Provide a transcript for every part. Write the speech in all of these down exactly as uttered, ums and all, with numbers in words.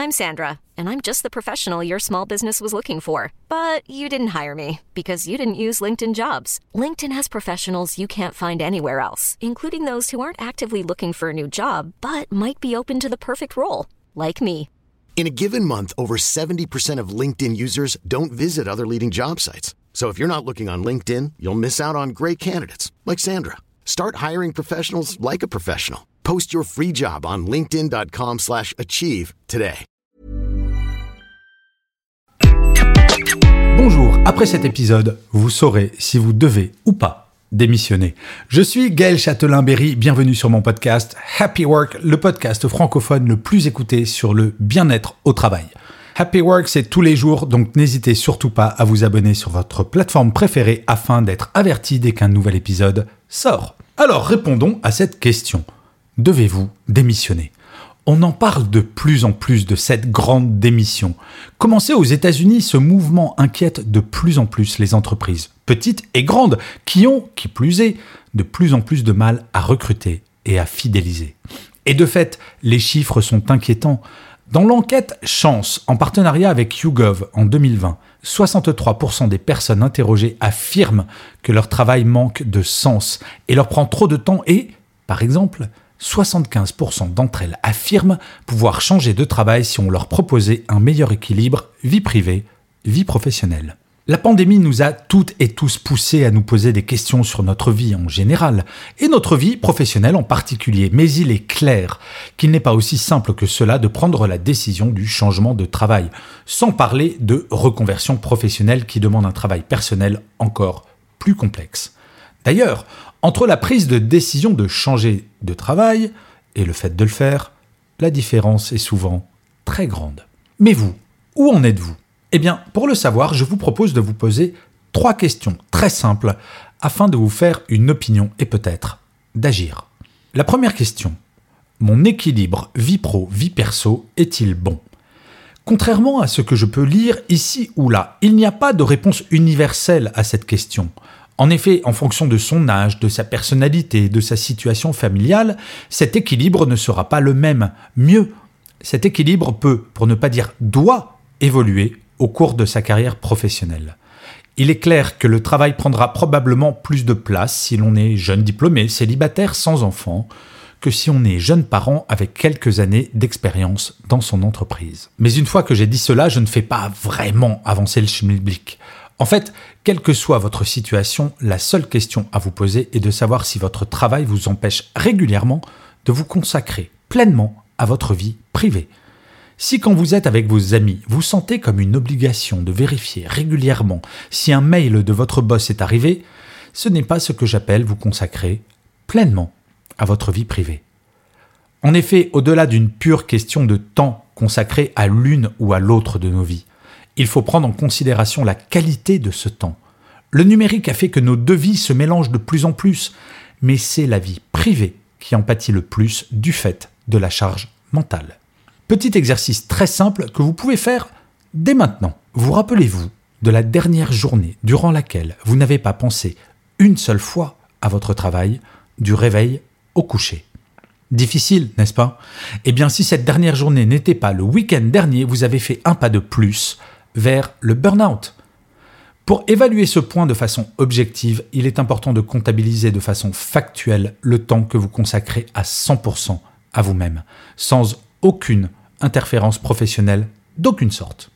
I'm Sandra, and I'm just the professional your small business was looking for. But you didn't hire me because you didn't use LinkedIn Jobs. LinkedIn has professionals you can't find anywhere else, including those who aren't actively looking for a new job, but might be open to the perfect role, like me. In a given month, over seventy percent of LinkedIn users don't visit other leading job sites. So if you're not looking on LinkedIn, you'll miss out on great candidates like Sandra. Start hiring professionals like a professional. Post your free job on linkedin.com slash achieve today. Bonjour, après cet épisode, vous saurez si vous devez ou pas démissionner. Je suis Gaël Châtelain-Berry, bienvenue sur mon podcast Happy Work, le podcast francophone le plus écouté sur le bien-être au travail. Happy Work, c'est tous les jours, donc n'hésitez surtout pas à vous abonner sur votre plateforme préférée afin d'être averti dès qu'un nouvel épisode sort. Alors répondons à cette question. Devez-vous démissionner ? On en parle de plus en plus de cette grande démission. Commencez aux États-Unis, ce mouvement inquiète de plus en plus les entreprises, petites et grandes, qui ont, qui plus est, de plus en plus de mal à recruter et à fidéliser. Et de fait, les chiffres sont inquiétants. Dans l'enquête Chance, en partenariat avec YouGov en deux mille vingt, soixante-trois pour cent des personnes interrogées affirment que leur travail manque de sens et leur prend trop de temps et, par exemple, soixante-quinze pour cent d'entre elles affirment pouvoir changer de travail si on leur proposait un meilleur équilibre vie privée, vie professionnelle. La pandémie nous a toutes et tous poussés à nous poser des questions sur notre vie en général et notre vie professionnelle en particulier. Mais il est clair qu'il n'est pas aussi simple que cela de prendre la décision du changement de travail, sans parler de reconversion professionnelle qui demande un travail personnel encore plus complexe. D'ailleurs, entre la prise de décision de changer de travail et le fait de le faire, la différence est souvent très grande. Mais vous, où en êtes-vous ? Eh bien, pour le savoir, je vous propose de vous poser trois questions très simples afin de vous faire une opinion et peut-être d'agir. La première question. Mon équilibre vie pro, vie perso est-il bon ? Contrairement à ce que je peux lire ici ou là, il n'y a pas de réponse universelle à cette question. En effet, en fonction de son âge, de sa personnalité, de sa situation familiale, cet équilibre ne sera pas le même. Mieux, cet équilibre peut, pour ne pas dire doit, évoluer au cours de sa carrière professionnelle. Il est clair que le travail prendra probablement plus de place si l'on est jeune diplômé, célibataire, sans enfant, que si on est jeune parent avec quelques années d'expérience dans son entreprise. Mais une fois que j'ai dit cela, je ne fais pas vraiment avancer le schmilblick. En fait, quelle que soit votre situation, la seule question à vous poser est de savoir si votre travail vous empêche régulièrement de vous consacrer pleinement à votre vie privée. Si quand vous êtes avec vos amis, vous sentez comme une obligation de vérifier régulièrement si un mail de votre boss est arrivé, ce n'est pas ce que j'appelle vous consacrer pleinement à votre vie privée. En effet, au-delà d'une pure question de temps consacré à l'une ou à l'autre de nos vies, il faut prendre en considération la qualité de ce temps. Le numérique a fait que nos deux vies se mélangent de plus en plus, mais c'est la vie privée qui en pâtit le plus du fait de la charge mentale. Petit exercice très simple que vous pouvez faire dès maintenant. Vous rappelez-vous de la dernière journée durant laquelle vous n'avez pas pensé une seule fois à votre travail, du réveil au coucher. Difficile, n'est-ce pas ? Eh bien, si cette dernière journée n'était pas le week-end dernier, vous avez fait un pas de plus vers le burn-out. Pour évaluer ce point de façon objective, il est important de comptabiliser de façon factuelle le temps que vous consacrez à cent pour cent à vous-même, sans aucune interférence professionnelle d'aucune sorte.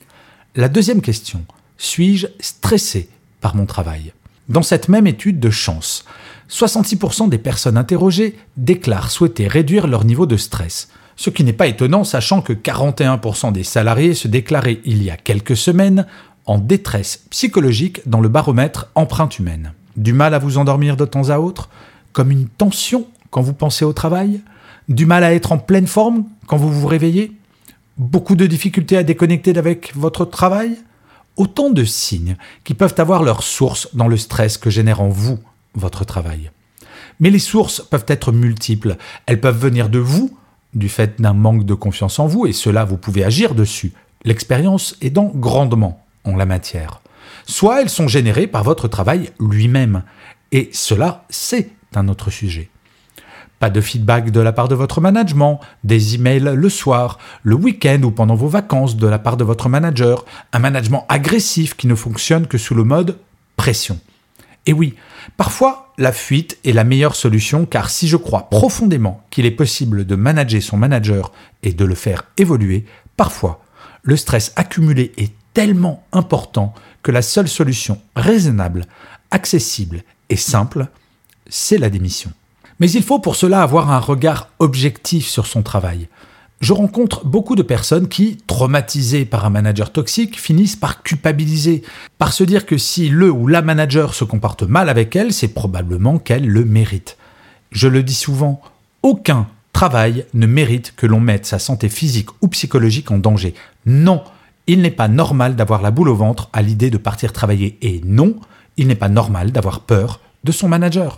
La deuxième question, suis-je stressé par mon travail ? Dans cette même étude de Chance, soixante-six pour cent des personnes interrogées déclarent souhaiter réduire leur niveau de stress. Ce qui n'est pas étonnant, sachant que quarante et un pour cent des salariés se déclaraient il y a quelques semaines en détresse psychologique dans le baromètre Empreinte humaine. Du mal à vous endormir de temps à autre ? Comme une tension quand vous pensez au travail ? Du mal à être en pleine forme quand vous vous réveillez ? Beaucoup de difficultés à déconnecter avec votre travail ? Autant de signes qui peuvent avoir leur source dans le stress que génère en vous votre travail. Mais les sources peuvent être multiples. Elles peuvent venir de vous, du fait d'un manque de confiance en vous, et cela, vous pouvez agir dessus. L'expérience aidant grandement en la matière. Soit elles sont générées par votre travail lui-même, et cela, c'est un autre sujet. Pas de feedback de la part de votre management, des emails le soir, le week-end ou pendant vos vacances de la part de votre manager, un management agressif qui ne fonctionne que sous le mode pression. Et oui, parfois, la fuite est la meilleure solution car si je crois profondément qu'il est possible de manager son manager et de le faire évoluer, parfois, le stress accumulé est tellement important que la seule solution raisonnable, accessible et simple, c'est la démission. Mais il faut pour cela avoir un regard objectif sur son travail. Je rencontre beaucoup de personnes qui, traumatisées par un manager toxique, finissent par culpabiliser, par se dire que si le ou la manager se comporte mal avec elle, c'est probablement qu'elle le mérite. Je le dis souvent, aucun travail ne mérite que l'on mette sa santé physique ou psychologique en danger. Non, il n'est pas normal d'avoir la boule au ventre à l'idée de partir travailler. Et non, il n'est pas normal d'avoir peur de son manager.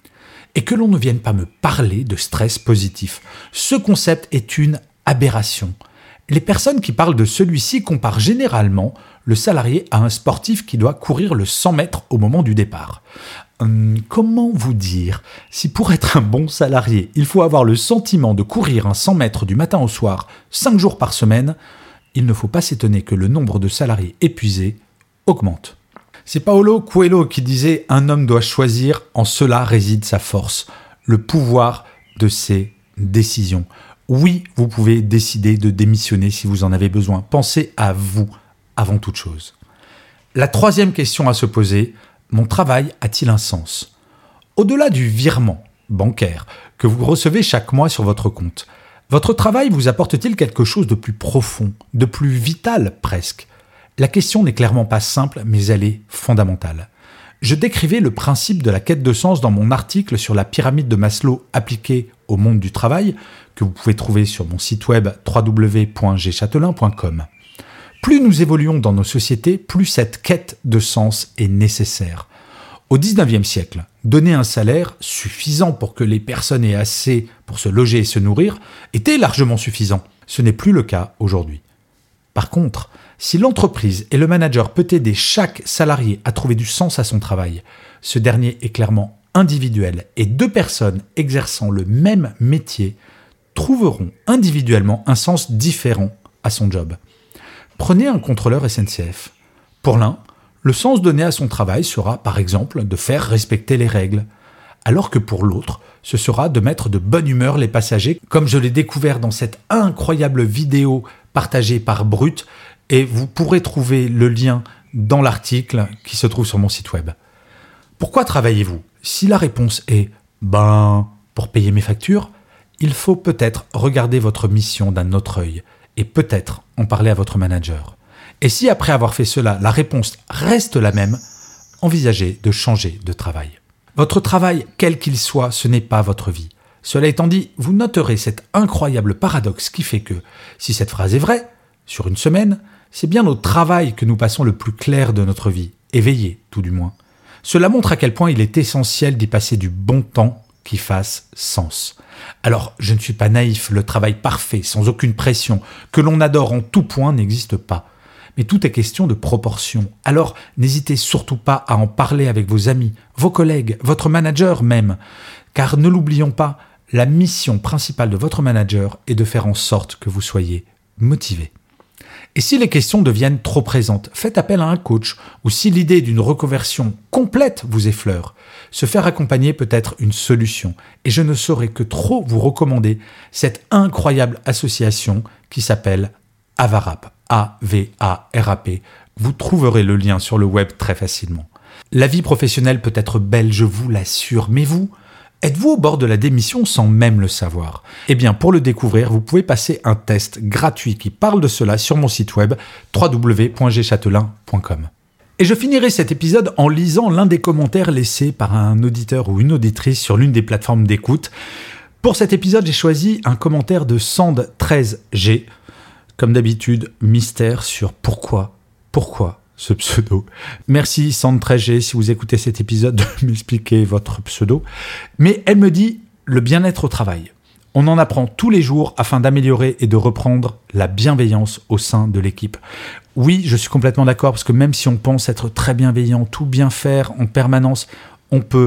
Et que l'on ne vienne pas me parler de stress positif. Ce concept est une aberration. Les personnes qui parlent de celui-ci comparent généralement le salarié à un sportif qui doit courir le cent mètres au moment du départ. Hum, comment vous dire si pour être un bon salarié, il faut avoir le sentiment de courir un cent mètres du matin au soir, cinq jours par semaine, il ne faut pas s'étonner que le nombre de salariés épuisés augmente. C'est Paolo Coelho qui disait « Un homme doit choisir, en cela réside sa force, le pouvoir de ses décisions. » Oui, vous pouvez décider de démissionner si vous en avez besoin. Pensez à vous avant toute chose. La troisième question à se poser, mon travail a-t-il un sens ? Au-delà du virement bancaire que vous recevez chaque mois sur votre compte, votre travail vous apporte-t-il quelque chose de plus profond, de plus vital presque ? La question n'est clairement pas simple, mais elle est fondamentale. Je décrivais le principe de la quête de sens dans mon article sur la pyramide de Maslow appliquée au monde du travail, que vous pouvez trouver sur mon site web w w w point g châtelain point com. Plus nous évoluons dans nos sociétés, plus cette quête de sens est nécessaire. Au dix-neuvième siècle, donner un salaire suffisant pour que les personnes aient assez pour se loger et se nourrir était largement suffisant. Ce n'est plus le cas aujourd'hui. Par contre, si l'entreprise et le manager peut aider chaque salarié à trouver du sens à son travail, ce dernier est clairement individuel et deux personnes exerçant le même métier trouveront individuellement un sens différent à son job. Prenez un contrôleur S N C F. Pour l'un, le sens donné à son travail sera par exemple de faire respecter les règles, alors que pour l'autre, ce sera de mettre de bonne humeur les passagers, comme je l'ai découvert dans cette incroyable vidéo partagée par Brut, et vous pourrez trouver le lien dans l'article qui se trouve sur mon site web. Pourquoi travaillez-vous ? Si la réponse est « ben, pour payer mes factures », il faut peut-être regarder votre mission d'un autre œil et peut-être en parler à votre manager. Et si après avoir fait cela, la réponse reste la même, envisagez de changer de travail. Votre travail, quel qu'il soit, ce n'est pas votre vie. Cela étant dit, vous noterez cet incroyable paradoxe qui fait que, si cette phrase est vraie, sur une semaine, c'est bien au travail que nous passons le plus clair de notre vie, éveillé tout du moins. Cela montre à quel point il est essentiel d'y passer du bon temps qui fasse sens. Alors, je ne suis pas naïf, le travail parfait, sans aucune pression, que l'on adore en tout point n'existe pas. Mais tout est question de proportion. Alors, n'hésitez surtout pas à en parler avec vos amis, vos collègues, votre manager même. Car ne l'oublions pas, la mission principale de votre manager est de faire en sorte que vous soyez motivé. Et si les questions deviennent trop présentes, faites appel à un coach, ou si l'idée d'une reconversion complète vous effleure, se faire accompagner peut être une solution. Et je ne saurais que trop vous recommander cette incroyable association qui s'appelle Avarap, A V A R A P. Vous trouverez le lien sur le web très facilement. La vie professionnelle peut être belle, je vous l'assure, mais vous, êtes-vous au bord de la démission sans même le savoir ? Eh bien, pour le découvrir, vous pouvez passer un test gratuit qui parle de cela sur mon site web w w w point g châtelain point com. Et je finirai cet épisode en lisant l'un des commentaires laissés par un auditeur ou une auditrice sur l'une des plateformes d'écoute. Pour cet épisode, j'ai choisi un commentaire de Sand treize G. Comme d'habitude, mystère sur pourquoi, pourquoi ce pseudo. Merci Sand treize G si vous écoutez cet épisode de m'expliquer votre pseudo. Mais elle me dit le bien-être au travail. On en apprend tous les jours afin d'améliorer et de reprendre la bienveillance au sein de l'équipe. Oui, je suis complètement d'accord parce que même si on pense être très bienveillant, tout bien faire en permanence, on peut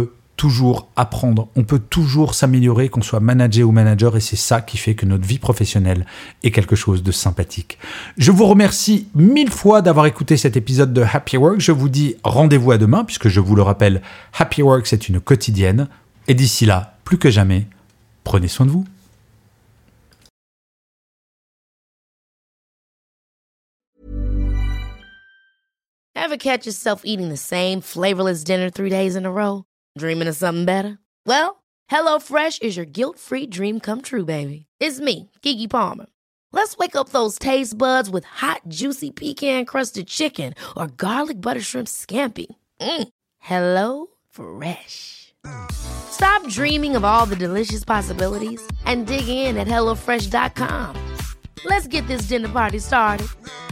toujours apprendre, on peut toujours s'améliorer, qu'on soit manager ou manager, et c'est ça qui fait que notre vie professionnelle est quelque chose de sympathique. Je vous remercie mille fois d'avoir écouté cet épisode de Happy Work. Je vous dis rendez-vous à demain, puisque je vous le rappelle, Happy Work, c'est une quotidienne. Et d'ici là, plus que jamais, prenez soin de vous. Ever catch yourself eating the same flavorless dinner three days in a row? Dreaming of something better? Well, HelloFresh is your guilt-free dream come true, baby. It's me, Keke Palmer. Let's wake up those taste buds with hot, juicy pecan-crusted chicken or garlic butter shrimp scampi. Mm. Hello Fresh. Stop dreaming of all the delicious possibilities and dig in at hello fresh dot com. Let's get this dinner party started.